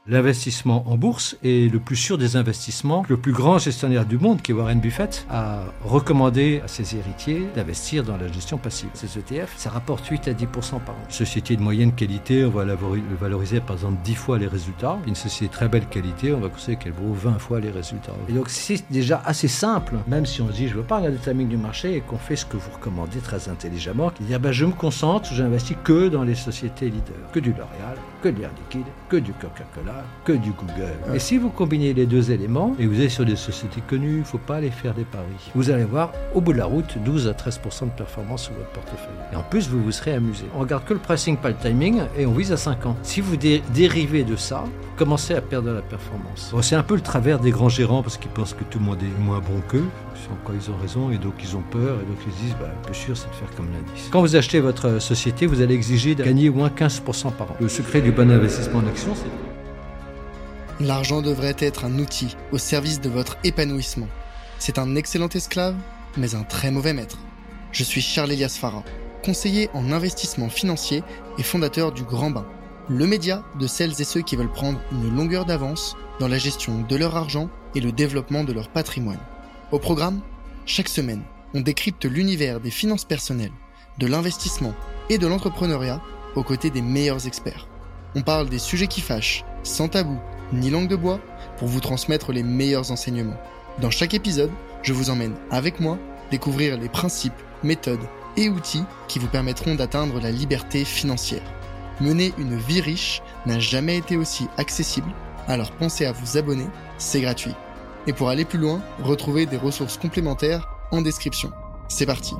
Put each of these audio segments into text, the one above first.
L'investissement en bourse est le plus sûr des investissements. Le plus grand gestionnaire du monde, qui est Warren Buffett, a recommandé à ses héritiers d'investir dans la gestion passive. Ces ETF, ça rapporte 8 à 10% par an. Une société de moyenne qualité, on va la valoriser par exemple 10 fois les résultats. Une société de très belle qualité, on va considérer qu'elle vaut 20 fois les résultats. Et donc c'est déjà assez simple, même si on se dit je ne veux pas regarder le timing du marché et qu'on fait ce que vous recommandez très intelligemment, qui dit je me concentre, j'investis que dans les sociétés leaders, que du L'Oréal, que de l'Air Liquide, que du Coca-Cola, que du Google. Et si vous combinez les deux éléments, et vous êtes sur des sociétés connues, il ne faut pas aller faire des paris. Vous allez voir, au bout de la route, 12 à 13% de performance sur votre portefeuille. Et en plus, vous vous serez amusé. On regarde que le pricing, pas le timing, et on vise à 5 ans. Si vous dérivez de ça, commencez à perdre de la performance. Bon, c'est un peu le travers des grands gérants, parce qu'ils pensent que tout le monde est moins bon qu'eux. Sur quoi ils ont raison, et donc ils ont peur, et donc ils se disent, le plus sûr, c'est de faire comme l'indice. Quand vous achetez votre société, vous allez exiger de gagner au moins 15% par an. Le secret du bon investissement en action, c'est... L'argent devrait être un outil au service de votre épanouissement. C'est un excellent esclave, mais un très mauvais maître. Je suis Charles-Elias Farah, conseiller en investissement financier et fondateur du Grand Bain, le média de celles et ceux qui veulent prendre une longueur d'avance dans la gestion de leur argent et le développement de leur patrimoine. Au programme, chaque semaine, on décrypte l'univers des finances personnelles, de l'investissement et de l'entrepreneuriat aux côtés des meilleurs experts. On parle des sujets qui fâchent, sans tabou, ni langue de bois, pour vous transmettre les meilleurs enseignements. Dans chaque épisode, je vous emmène avec moi découvrir les principes, méthodes et outils qui vous permettront d'atteindre la liberté financière. Mener une vie riche n'a jamais été aussi accessible, alors pensez à vous abonner, c'est gratuit. Et pour aller plus loin, retrouvez des ressources complémentaires en description. C'est parti.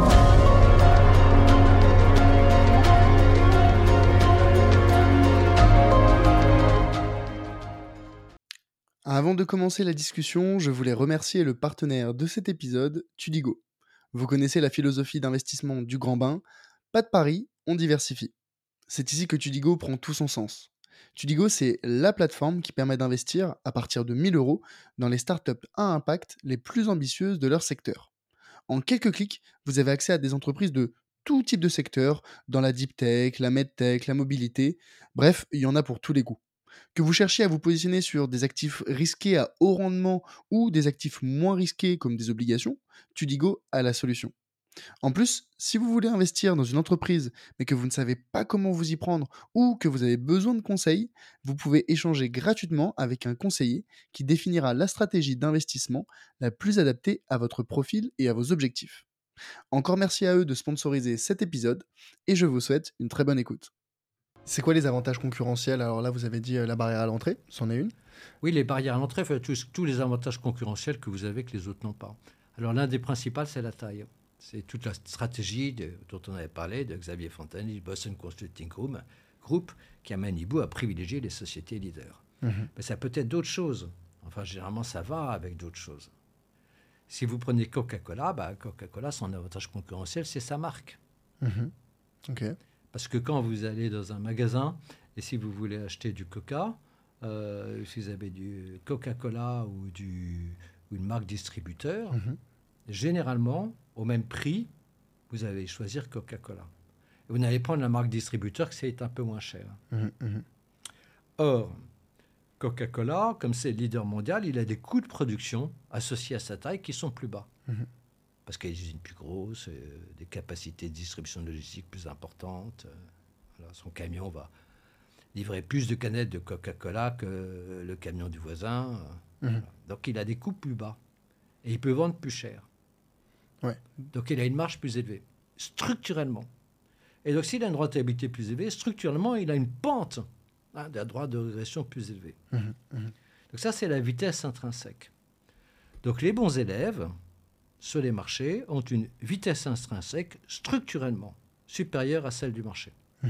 Avant de commencer la discussion, je voulais remercier le partenaire de cet épisode, Tudigo. Vous connaissez la philosophie d'investissement du Grand Bain, pas de paris, on diversifie. C'est ici que Tudigo prend tout son sens. Tudigo, c'est la plateforme qui permet d'investir à partir de 1 000 € dans les startups à impact les plus ambitieuses de leur secteur. En quelques clics, vous avez accès à des entreprises de tout type de secteur, dans la deep tech, la medtech, la mobilité, bref, il y en a pour tous les goûts. Que vous cherchiez à vous positionner sur des actifs risqués à haut rendement ou des actifs moins risqués comme des obligations, Tudigo a la solution. En plus, si vous voulez investir dans une entreprise mais que vous ne savez pas comment vous y prendre ou que vous avez besoin de conseils, vous pouvez échanger gratuitement avec un conseiller qui définira la stratégie d'investissement la plus adaptée à votre profil et à vos objectifs. Encore merci à eux de sponsoriser cet épisode et je vous souhaite une très bonne écoute. C'est quoi les avantages concurrentiels? Alors là, vous avez dit la barrière à l'entrée, c'en est une. Oui, les barrières à l'entrée, tous les avantages concurrentiels que vous avez que les autres n'ont pas. Alors l'un des principaux, c'est la taille. C'est toute la stratégie dont on avait parlé de Xavier Fontane, du Boston Consulting Group, qui amène Ibu à privilégier les sociétés leaders. Mais ça peut être d'autres choses. Enfin, généralement, ça va avec d'autres choses. Si vous prenez Coca-Cola, Coca-Cola, son avantage concurrentiel, c'est sa marque. Ok. Parce que quand vous allez dans un magasin, et si vous voulez acheter du Coca, si vous avez du Coca-Cola ou une marque distributeur, généralement, au même prix, vous allez choisir Coca-Cola. Et vous n'allez prendre la marque distributeur que c'est un peu moins cher. Or, Coca-Cola, comme c'est le leader mondial, il a des coûts de production associés à sa taille qui sont plus bas. Parce qu'il y a des usines plus grosses, des capacités de distribution logistique plus importantes. Voilà, son camion va livrer plus de canettes de Coca-Cola que le camion du voisin. Voilà. Donc il a des coûts plus bas. Et il peut vendre plus cher. Ouais. Donc il a une marge plus élevée, structurellement. Et donc s'il a une rentabilité plus élevée, structurellement, il a une pente de la droite de régression plus élevée. Donc ça, c'est la vitesse intrinsèque. Donc les bons élèves sur les marchés ont une vitesse intrinsèque structurellement supérieure à celle du marché.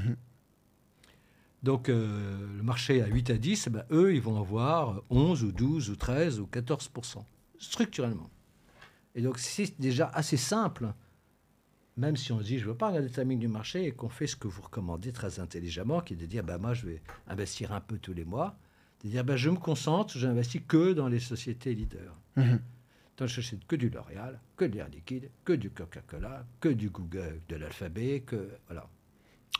Donc le marché à 8 à 10, eux, ils vont avoir 11 ou 12 ou 13 ou 14%, structurellement. Et donc c'est déjà assez simple, même si on se dit, je ne veux pas regarder le timing du marché et qu'on fait ce que vous recommandez très intelligemment, qui est de dire, moi, je vais investir un peu tous les mois, de dire, je me concentre, je n'investis que dans les sociétés leaders. Donc, je n'achète que du L'Oréal, que de l'Air Liquide, que du Coca-Cola, que du Google, de l'Alphabet, que... Voilà.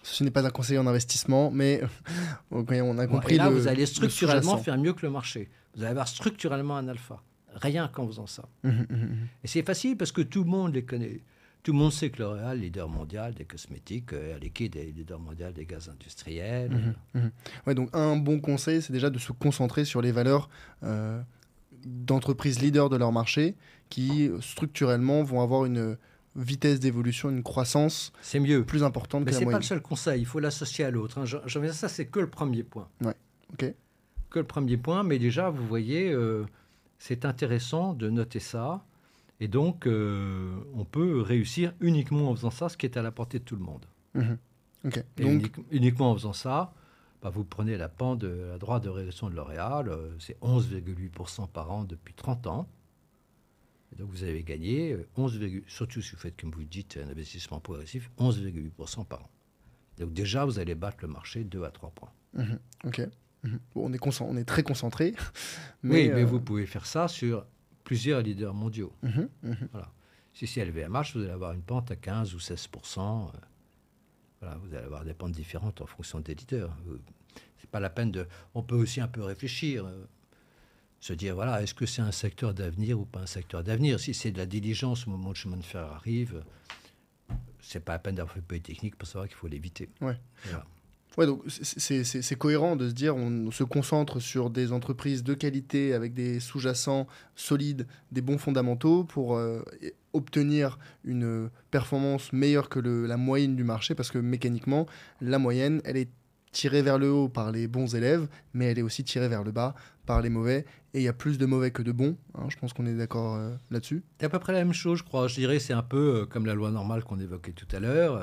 Ceci n'est pas un conseiller en investissement, mais okay, on a compris. Et là, vous allez structurellement faire mieux que le marché. Vous allez avoir structurellement un alpha, rien qu'en faisant ça. Et c'est facile parce que tout le monde les connaît. Tout le monde sait que L'Oréal, leader mondial des cosmétiques, Air Liquide est leader mondial des gaz industriels. Ouais, donc un bon conseil, c'est déjà de se concentrer sur les valeurs d'entreprises leaders de leur marché qui, structurellement, vont avoir une vitesse d'évolution, une croissance plus importante que la moyenne. Mais ce n'est pas le seul conseil, il faut l'associer à l'autre. Hein. Ça, c'est que le premier point. Ouais, ok. Que le premier point, mais déjà, vous voyez, c'est intéressant de noter ça. Et donc, on peut réussir uniquement en faisant ça, ce qui est à la portée de tout le monde. Okay. Et donc, uniquement en faisant ça, vous prenez la pente de la droite de régression de L'Oréal, c'est 11,8% par an depuis 30 ans. Et donc, vous avez gagné surtout si vous faites, comme vous le dites, un investissement progressif, 11,8% par an. Donc déjà, vous allez battre le marché 2 à 3 points. Ok. Bon, on est très concentré. Mais vous pouvez faire ça sur plusieurs leaders mondiaux. Voilà. Si LVMH, vous allez avoir une pente à 15 ou 16%. Voilà, vous allez avoir des pentes différentes en fonction des leaders. C'est pas la peine de... On peut aussi un peu réfléchir, se dire, voilà, est-ce que c'est un secteur d'avenir ou pas un secteur d'avenir? Si c'est de la diligence au moment où le chemin de fer arrive, c'est pas la peine d'avoir fait peu technique pour savoir qu'il faut l'éviter. Ouais. Voilà. Ouais, donc c'est cohérent de se dire on se concentre sur des entreprises de qualité avec des sous-jacents solides, des bons fondamentaux pour obtenir une performance meilleure que la moyenne du marché parce que mécaniquement, la moyenne, elle est tirée vers le haut par les bons élèves, mais elle est aussi tirée vers le bas par les mauvais. Et il y a plus de mauvais que de bons. Hein, je pense qu'on est d'accord là-dessus. C'est à peu près la même chose, je crois. Je dirais c'est un peu comme la loi normale qu'on évoquait tout à l'heure.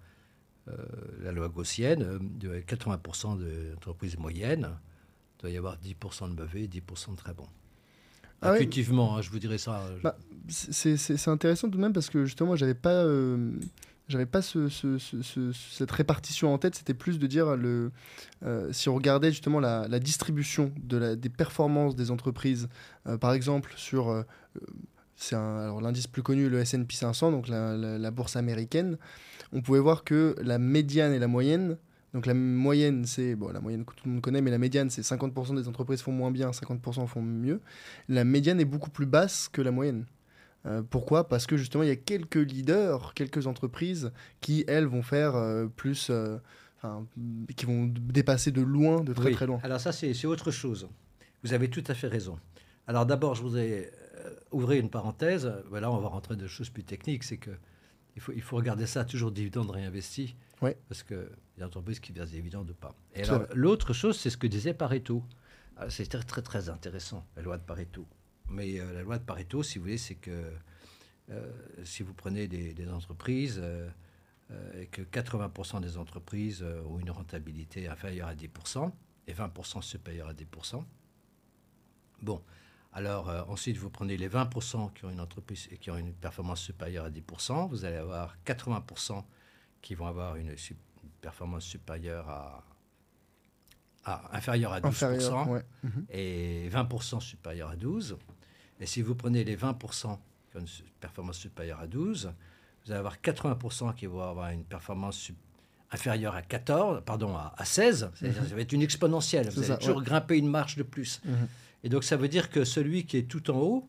La loi gaussienne, de 80% d'entreprises moyennes, il doit y avoir 10% de mauvais et 10% de très bons. Intuitivement, ouais. Je vous dirais ça. C'est intéressant tout de même parce que justement, j'avais pas cette répartition en tête. C'était plus de dire, si on regardait justement la distribution des performances des entreprises, par exemple sur... alors l'indice plus connu, le S&P 500, donc la bourse américaine, on pouvait voir que la médiane et la moyenne, donc la moyenne, c'est la moyenne que tout le monde connaît, mais la médiane, c'est 50% des entreprises font moins bien, 50% font mieux. La médiane est beaucoup plus basse que la moyenne. Pourquoi ? Parce que justement, il y a quelques leaders, quelques entreprises qui, elles, vont faire plus... qui vont dépasser de loin, de très très loin. Alors ça, c'est autre chose. Vous avez tout à fait raison. Alors d'abord, je voudrais ouvrir une parenthèse. Là, on va rentrer dans des choses plus techniques. C'est que il faut regarder ça toujours dividendes réinvestis. Ouais. Parce qu'il y a des entreprises qui versent des dividendes ou pas. Et alors, l'autre chose, c'est ce que disait Pareto. C'est très, très, très intéressant, la loi de Pareto. Mais la loi de Pareto, si vous voulez, c'est que si vous prenez des entreprises et que 80% des entreprises ont une rentabilité inférieure à 10% et 20% supérieure à 10%, bon, alors ensuite vous prenez les 20% qui ont une entreprise et qui ont une performance supérieure à 10%, vous allez avoir 80% qui vont avoir une performance supérieure inférieure à 12% ouais. Et 20% supérieure à 12%. Et si vous prenez les 20% qui ont une performance supérieure à 12%, vous allez avoir 80% qui vont avoir une performance inférieure à 16%. C'est-à-dire ça va être une exponentielle. Vous allez toujours grimper une marche de plus. Et donc ça veut dire que celui qui est tout en haut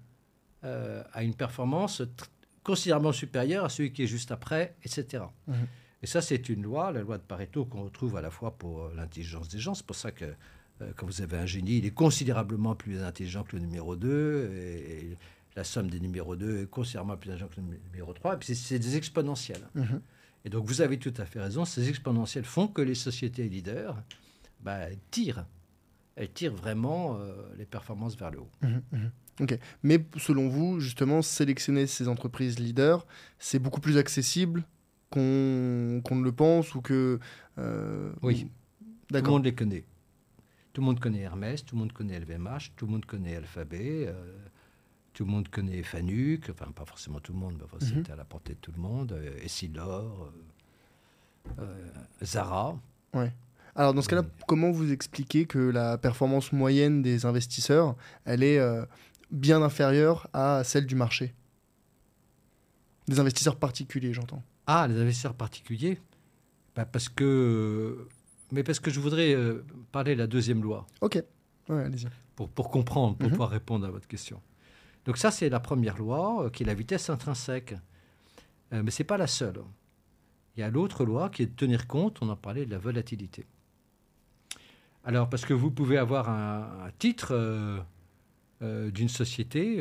a une performance considérablement supérieure à celui qui est juste après, etc. Et ça, c'est une loi, la loi de Pareto, qu'on retrouve à la fois pour l'intelligence des gens. C'est pour ça que quand vous avez un génie, il est considérablement plus intelligent que le numéro 2, et la somme des numéros 2 est considérablement plus intelligente que le numéro 3, et puis c'est des exponentielles. Et donc, vous avez tout à fait raison, ces exponentielles font que les sociétés leaders elles tirent vraiment les performances vers le haut. Ok. Mais selon vous, justement, sélectionner ces entreprises leaders, c'est beaucoup plus accessible qu'on ne le pense ou que... Oui, tout le monde les connaît. Tout le monde connaît Hermès, tout le monde connaît LVMH, tout le monde connaît Alphabet, tout le monde connaît Fanuc, enfin pas forcément tout le monde, mais c'était à la portée de tout le monde, Essilor, Zara. Ouais. Alors dans ce cas-là, comment vous expliquez que la performance moyenne des investisseurs, elle est bien inférieure à celle du marché ? Des investisseurs particuliers, j'entends. Ah, les investisseurs particuliers ? Parce que je voudrais parler de la deuxième loi. Ok, ouais, allez-y. Pour comprendre, pour pouvoir répondre à votre question. Donc ça, c'est la première loi, qui est la vitesse intrinsèque. Mais ce n'est pas la seule. Il y a l'autre loi qui est de tenir compte, on en parlait, de la volatilité. Alors, parce que vous pouvez avoir un titre d'une société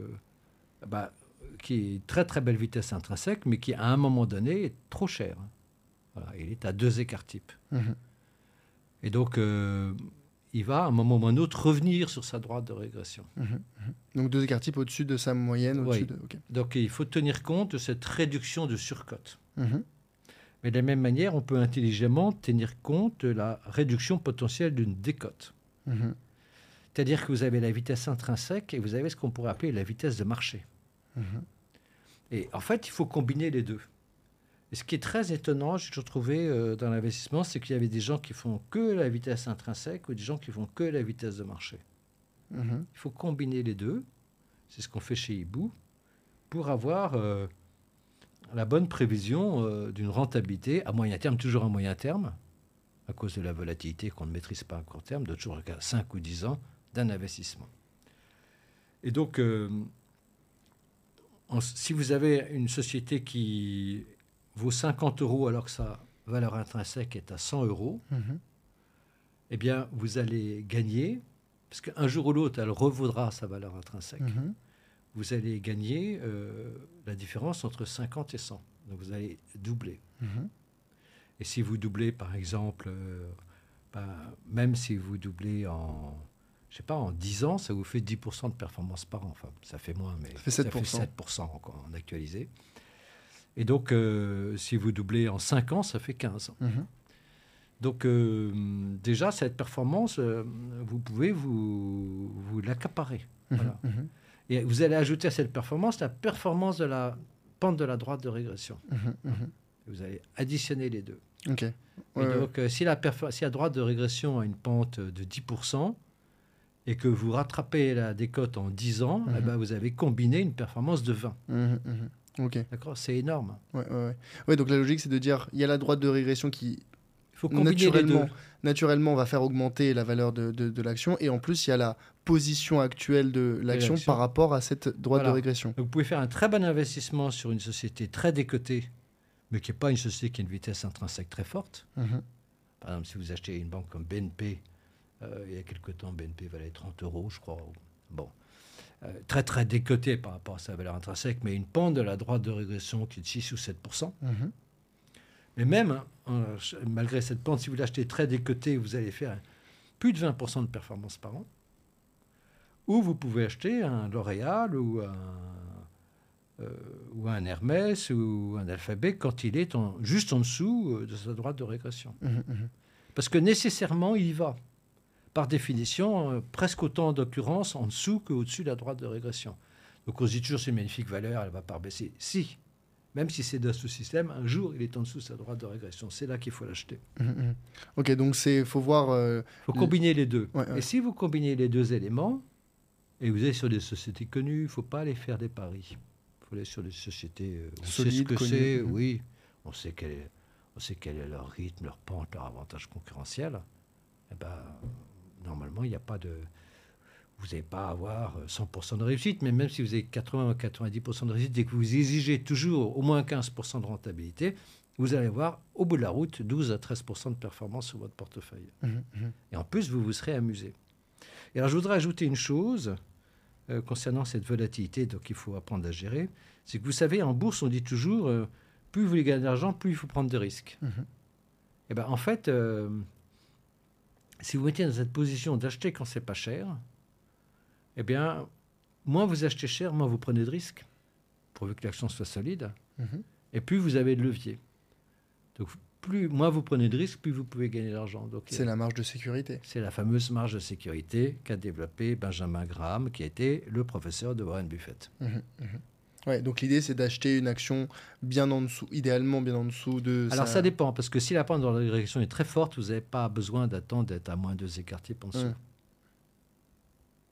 qui est très très belle vitesse intrinsèque, mais qui à un moment donné est trop cher. Voilà, il est à 2 écarts types. Et donc, il va à un moment ou à un autre revenir sur sa droite de régression. Donc 2 écarts types au-dessus de sa moyenne. Oui. Okay. Donc, il faut tenir compte de cette réduction de surcote. Mais de la même manière, on peut intelligemment tenir compte de la réduction potentielle d'une décote. C'est-à-dire que vous avez la vitesse intrinsèque et vous avez ce qu'on pourrait appeler la vitesse de marché. Et en fait, il faut combiner les deux. Et ce qui est très étonnant, j'ai toujours trouvé dans l'investissement, c'est qu'il y avait des gens qui font que la vitesse intrinsèque ou des gens qui font que la vitesse de marché. Il faut combiner les deux. C'est ce qu'on fait chez Hibou pour avoir la bonne prévision d'une rentabilité à moyen terme, toujours à moyen terme, à cause de la volatilité qu'on ne maîtrise pas à court terme, de toujours à 5 ou 10 ans d'un investissement. Et donc, si vous avez une société qui vaut 50 € alors que sa valeur intrinsèque est à 100 €, eh bien, vous allez gagner, parce qu'un jour ou l'autre, elle revaudra sa valeur intrinsèque. Vous allez gagner la différence entre 50 et 100. Donc, vous allez doubler. Et si vous doublez, par exemple, même si vous doublez en 10 ans, ça vous fait 10% de performance par an. Enfin, ça fait moins, mais ça fait 7% encore en actualisé. Et donc, si vous doublez en 5 ans, ça fait 15. Donc, déjà, cette performance, vous pouvez vous l'accaparer. Voilà. Et vous allez ajouter à cette performance la performance de la pente de la droite de régression. Vous allez additionner les deux. Okay. Et donc, si la droite de régression a une pente de 10% et que vous rattrapez la décote en 10 ans, eh ben, vous avez combiné une performance de 20. Okay. D'accord, c'est énorme. Ouais, donc la logique, c'est de dire il y a la droite de régression qui faut naturellement va faire augmenter la valeur de l'action, et en plus, il y a la position actuelle de l'action par rapport à cette droite de régression. Donc, vous pouvez faire un très bon investissement sur une société très décotée, mais qui n'est pas une société qui a une vitesse intrinsèque très forte. Par exemple, si vous achetez une banque comme BNP, il y a quelque temps, BNP valait 30 €, je crois. Bon. Très, très décotée par rapport à sa valeur intrinsèque, mais une pente de la droite de régression qui est de 6 ou 7%. Mais même, malgré cette pente, si vous l'achetez très décoté, vous allez faire plus de 20% de performance par an. Ou vous pouvez acheter un L'Oréal ou un Hermès ou un Alphabet quand il est juste en dessous de sa droite de régression. Parce que nécessairement, il y va. Par définition, presque autant d'occurrences en dessous qu'au-dessus de la droite de régression. Donc on se dit toujours c'est une magnifique valeur, elle ne va pas baisser. Si, même si c'est dans ce système, un jour il est en dessous de sa droite de régression. C'est là qu'il faut l'acheter. Ok, donc il faut voir... faut combiner les deux. Ouais. Et si vous combinez les deux éléments, et vous êtes sur des sociétés connues, il ne faut pas aller faire des paris. Il faut aller sur des sociétés... on solides, sait ce que connues. c'est, oui. On sait quel est leur rythme, leur pente, leur avantage concurrentiel. Eh ben, normalement, il n'y a pas de... Vous n'allez pas avoir 100% de réussite, mais même si vous avez 80 ou 90% de réussite et que vous exigez toujours au moins 15% de rentabilité, vous allez avoir, au bout de la route, 12 à 13% de performance sur votre portefeuille. Et en plus, vous vous serez amusé. Et alors, je voudrais ajouter une chose concernant cette volatilité, donc il faut apprendre à gérer. C'est que vous savez, en bourse, on dit toujours, plus vous voulez gagner de l'argent, plus il faut prendre de risques. Et ben, en fait, si vous mettez dans cette position d'acheter quand c'est pas cher, eh bien, moins vous achetez cher, moins vous prenez de risques, pourvu que l'action soit solide, et plus vous avez de levier. Donc, moins vous prenez de risques, plus vous pouvez gagner de l'argent. Donc, c'est la marge de sécurité. C'est la fameuse marge de sécurité qu'a développée Benjamin Graham, qui a été le professeur de Warren Buffett. Ouais, donc l'idée, c'est d'acheter une action bien en dessous, idéalement bien en dessous de... Alors, ça dépend, parce que si la pente dans la direction est très forte, vous n'avez pas besoin d'attendre d'être à moins 2 écarts types en dessous.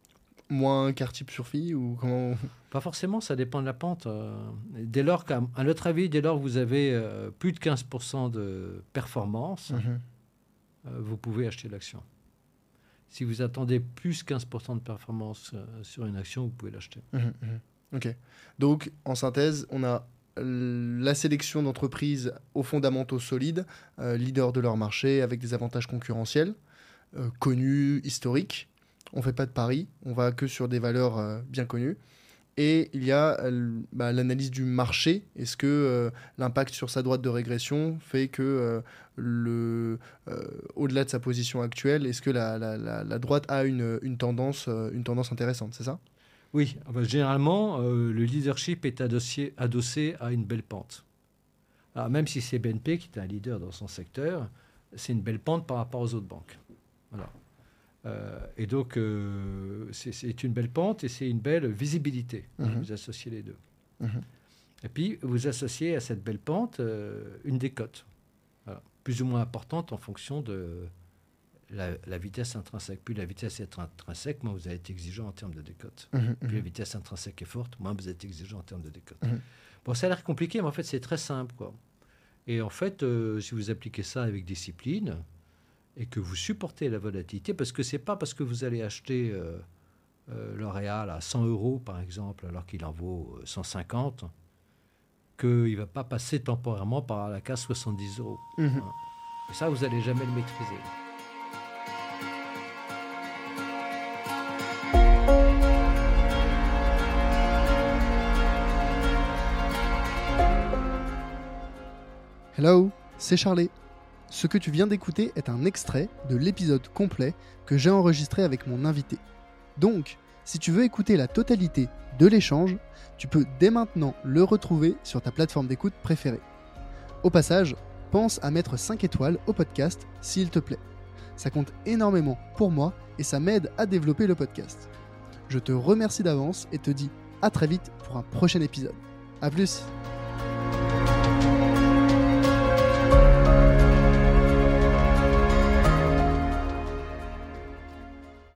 moins qu'art type surfi ou comment? Pas forcément, ça dépend de la pente. Dès lors qu'à notre avis, dès lors que vous avez plus de 15% de performance, vous pouvez acheter l'action. Si vous attendez plus 15% de performance sur une action, vous pouvez l'acheter. Ok. Donc, en synthèse, on a la sélection d'entreprises aux fondamentaux solides, leaders de leur marché avec des avantages concurrentiels, connus, historiques. On ne fait pas de paris, on va que sur des valeurs bien connues. Et il y a l'analyse du marché. Est-ce que l'impact sur sa droite de régression fait que, au-delà de sa position actuelle, est-ce que la droite a une tendance intéressante, c'est ça? Oui, généralement, le leadership est adossé à une belle pente. Alors, même si c'est BNP qui est un leader dans son secteur, c'est une belle pente par rapport aux autres banques. Voilà. Et donc, c'est une belle pente et c'est une belle visibilité. Vous associez les deux. Et puis, vous associez à cette belle pente une décote, voilà, plus ou moins importante en fonction de la vitesse intrinsèque. Plus la vitesse est intrinsèque, moins vous allez être exigeant en termes de décote. Plus la vitesse intrinsèque est forte, moins vous êtes exigeant en termes de décote. Bon, ça a l'air compliqué, mais en fait, c'est très simple, quoi. Et en fait, si vous appliquez ça avec discipline et que vous supportez la volatilité, parce que c'est pas parce que vous allez acheter L'Oréal à 100 €, par exemple, alors qu'il en vaut 150, qu'il ne va pas passer temporairement par la case 70 €. Et ça, vous n'allez jamais le maîtriser. Hello, c'est Charlie. Ce que tu viens d'écouter est un extrait de l'épisode complet que j'ai enregistré avec mon invité. Donc, si tu veux écouter la totalité de l'échange, tu peux dès maintenant le retrouver sur ta plateforme d'écoute préférée. Au passage, pense à mettre 5 étoiles au podcast s'il te plaît. Ça compte énormément pour moi et ça m'aide à développer le podcast. Je te remercie d'avance et te dis à très vite pour un prochain épisode. À plus!